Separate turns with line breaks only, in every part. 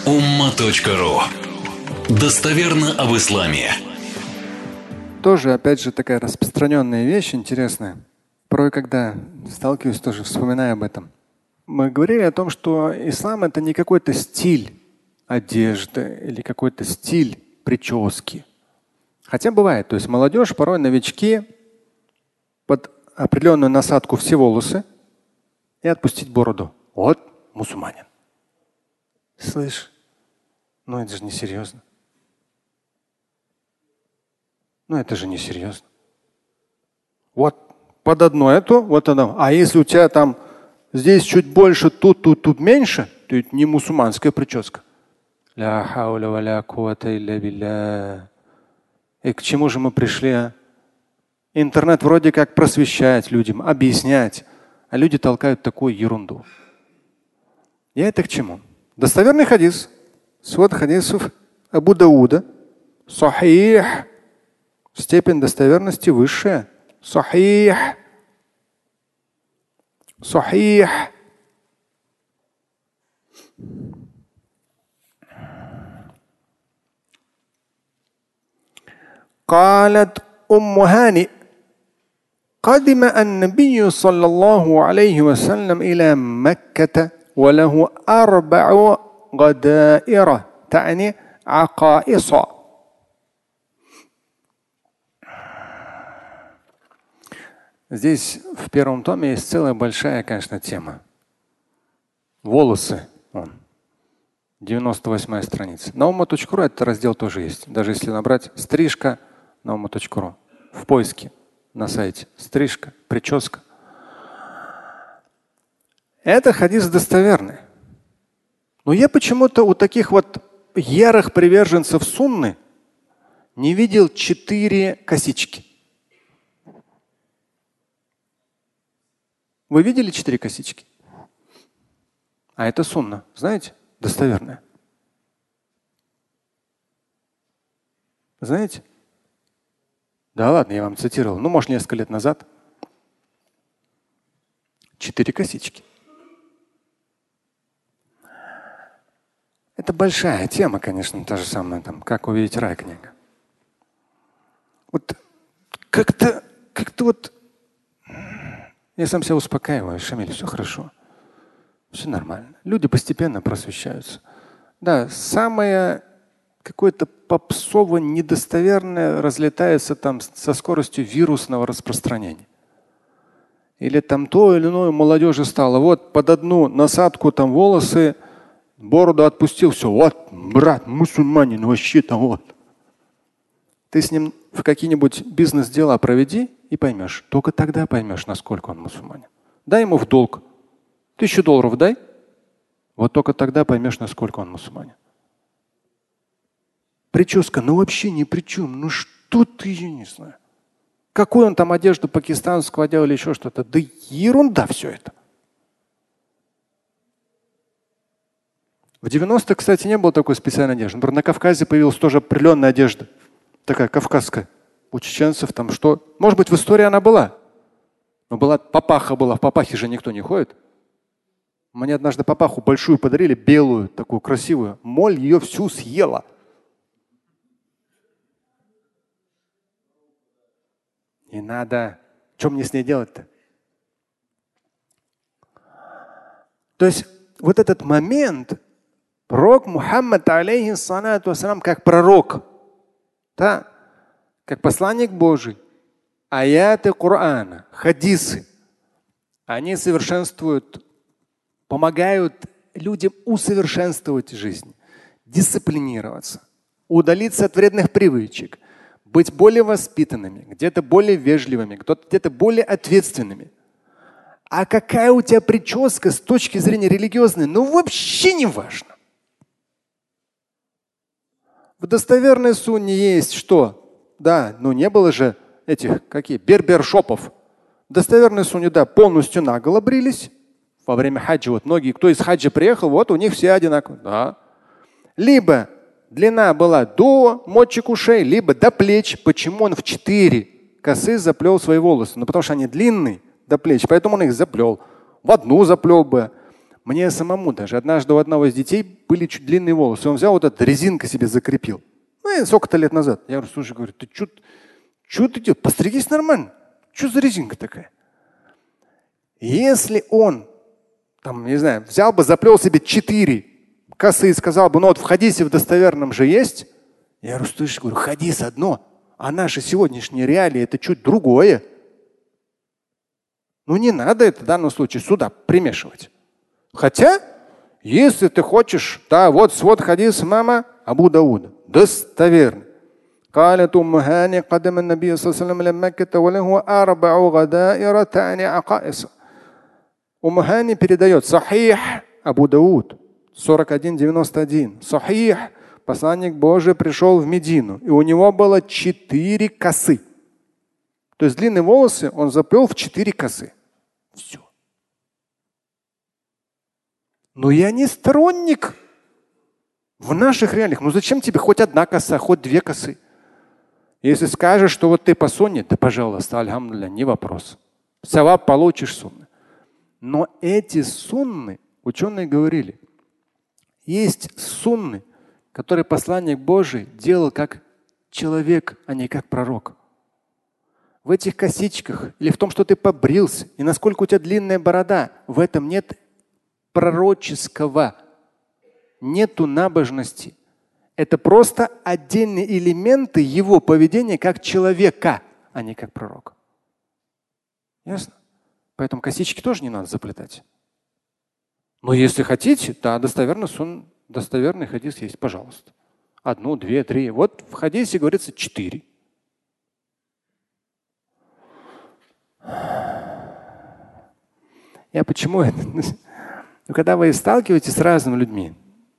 umma.ru. Достоверно об исламе.
Тоже, опять же, такая распространенная вещь, интересная. Порой, когда сталкиваюсь, тоже вспоминаю об этом. Мы говорили о том, что ислам — это не какой-то стиль одежды или какой-то стиль прически. Хотя бывает, то есть молодежь, порой новички под определенную насадку все волосы и отпустить бороду. Вот мусульманин. Слышь, ну это же не серьезно. Ну это же не серьезно. Вот под одно эту, вот одно. А если у тебя там здесь чуть больше, тут меньше, то это не мусульманская прическа. Ля хауля ва ля куввата илля билля. И к чему же мы пришли? А? Интернет вроде как просвещать людям, объяснять, а люди толкают такую ерунду. И это к чему? Достоверный хадис. Свод хадисов Абу Дауда. Сахих. Степень достоверности высшая. Сахих. Сахих. قالت أم هانئ قدم النبي صلى الله عليه وسلم إلى مكة وله 4 غدائر تعني عقائص. Здесь в первом томе есть целая большая, конечно, тема. Волосы. 98-я страница. На umma.ru этот раздел тоже есть. Даже если набрать стрижка на umma.ru в поиске на сайте. Стрижка, прическа. Это хадис достоверный. Но я почему-то у таких вот ярых приверженцев сунны не видел 4 косички. Вы видели 4 косички? А это сунна, знаете, достоверная. Знаете? Да ладно, я вам цитировал. Ну, может, несколько лет назад. 4 косички. Это большая тема, конечно, та же самая, там, как увидеть рай книга. Вот как-то вот я сам себя успокаиваю, Шамиль, все хорошо, все нормально. Люди постепенно просвещаются. Да, самое какое-то попсово недостоверное разлетается там со скоростью вирусного распространения. Или там то или иное молодежи стало. Вот под одну насадку там волосы, бороду отпустил, все, вот, брат, мусульманин, вообще там вот. Ты с ним в какие-нибудь бизнес-дела проведи и поймешь. Только тогда поймешь, насколько он мусульманин. Дай ему в долг. $1000 дай. Вот только тогда поймешь, насколько он мусульманин. Прическа, ну вообще ни при чем. Ну что ты, я не знаю. Какую он там одежду пакистанскую одел или еще что-то. Да ерунда все это. В 90-х, кстати, не было такой специальной одежды. Например, на Кавказе появилась тоже определенная одежда. Такая кавказская. У чеченцев там что? Может быть, в истории она была. Но была папаха была. В папахе же никто не ходит. Мне однажды папаху большую подарили, белую, такую красивую. Моль ее всю съела. Не надо. Что мне с ней делать-то? То есть вот этот момент, пророк Мухаммад, алейхиссалату вассалам, как пророк, да, как посланник Божий, аяты Корана, хадисы, они совершенствуют, помогают людям усовершенствовать жизнь, дисциплинироваться, удалиться от вредных привычек, быть более воспитанными, где-то более вежливыми, где-то более ответственными. А какая у тебя прическа с точки зрения религиозной, ну вообще не важно. В достоверной сунне есть что? Да, ну не было же этих бербершопов. В достоверной сунне, да, полностью наголо брились во время хаджа. Вот многие, кто из хаджа приехал, вот у них все одинаково. Да. Либо длина была до мочек ушей, либо до плеч. Почему он в 4 косы заплел свои волосы? Ну потому что они длинные до плеч, поэтому он их заплел. В одну заплел бы. Мне самому даже. Однажды у одного из детей были чуть длинные волосы. Он взял вот эту резинку себе закрепил. Ну, сколько-то лет назад. Я говорю, слушай, говорю, ты что ты делаешь? Постригись нормально. Что за резинка такая? Если он, там, не знаю, взял бы, заплел себе 4 косы и сказал бы, ну вот в хадисе в достоверном же есть. Я говорю, слышишь, говорю, хадис одно, а наши сегодняшние реалии это чуть другое. Ну не надо это в данном случае сюда примешивать. Хотя, если ты хочешь, да, вот свод хадис имама Абу Дауда, достоверный. قالت أم هاني قدم النبي صلى الله عليه وسلم إلى مكة وله 4 غدائر تعني عقائص. Ум Хани передает Сахих Абу Дауд 41:91. Сахих, посланник Божий пришел в Медину, и у него было 4 косы. То есть длинные волосы он заплел в 4 косы. Все. Но я не сторонник в наших реалиях. Ну зачем тебе хоть 1 коса, хоть 2 косы? Если скажешь, что вот ты по сунне, да пожалуйста, альхамдулилля, не вопрос. Саваб получишь сунны. Но эти сунны, ученые говорили, есть сунны, которые посланник Божий делал как человек, а не как пророк. В этих косичках или в том, что ты побрился, и насколько у тебя длинная борода, в этом нет пророческого, нету набожности. Это просто отдельные элементы его поведения как человека, а не как пророка. Ясно? Поэтому косички тоже не надо заплетать. Но если хотите, да, достоверный хадис есть, пожалуйста. 1, 2, 3. Вот в хадисе говорится 4. Я почему это? Когда вы сталкиваетесь с разными людьми,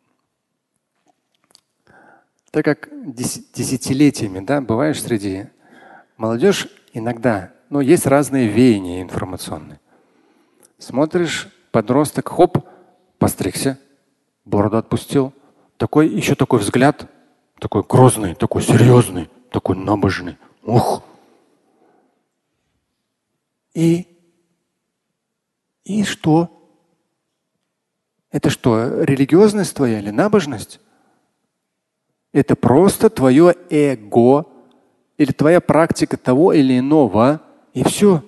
так как десятилетиями, да, бываешь среди молодежь иногда, но есть разные веяния информационные. Смотришь, подросток, хоп, постригся, бороду отпустил. Еще такой взгляд, такой грозный, такой серьезный, такой набожный. Ух! И что? Это что, религиозность твоя или набожность? Это просто твое эго или твоя практика того или иного, и все.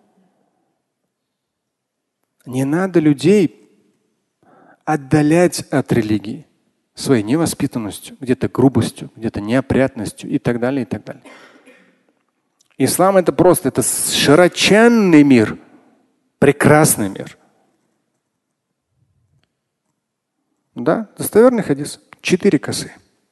Не надо людей отдалять от религии своей невоспитанностью, где-то грубостью, где-то неопрятностью и так далее, и так далее. Ислам это просто, это широченный мир, прекрасный мир. Да, достоверный хадис. 4 косы.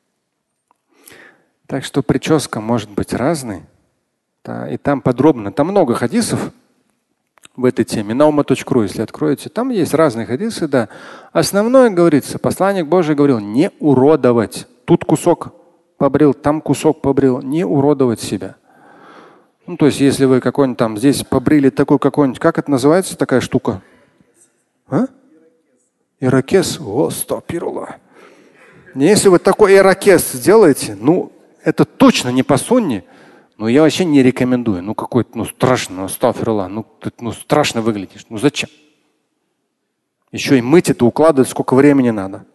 Так что прическа может быть разной. Да, и там подробно, там много хадисов в этой теме. Nauма.ru, если откроете, там есть разные хадисы. Да. Основное говорится, посланник Божий говорил, не уродовать. Тут кусок побрил, там кусок побрил. Не уродовать себя. Ну, то есть, если вы какой-нибудь там здесь побрили такой какой-нибудь, как это называется такая штука? А? Ирокез. О, стопирулlah. Если вы такой ирокез сделаете, ну, это точно не по сунне, но я вообще не рекомендую. Ну, какой-то, страшно, стопирулlah. Ну, страшно выглядишь. Ну, зачем? Еще и мыть это, укладывать, сколько времени надо.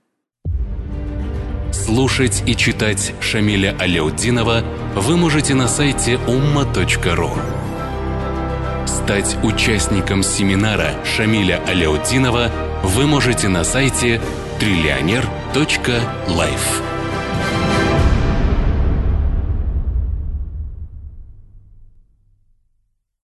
Слушать и читать Шамиля Аляутдинова вы можете на сайте umma.ru. Стать участником семинара Шамиля Аляутдинова вы можете на сайте trillioner.life.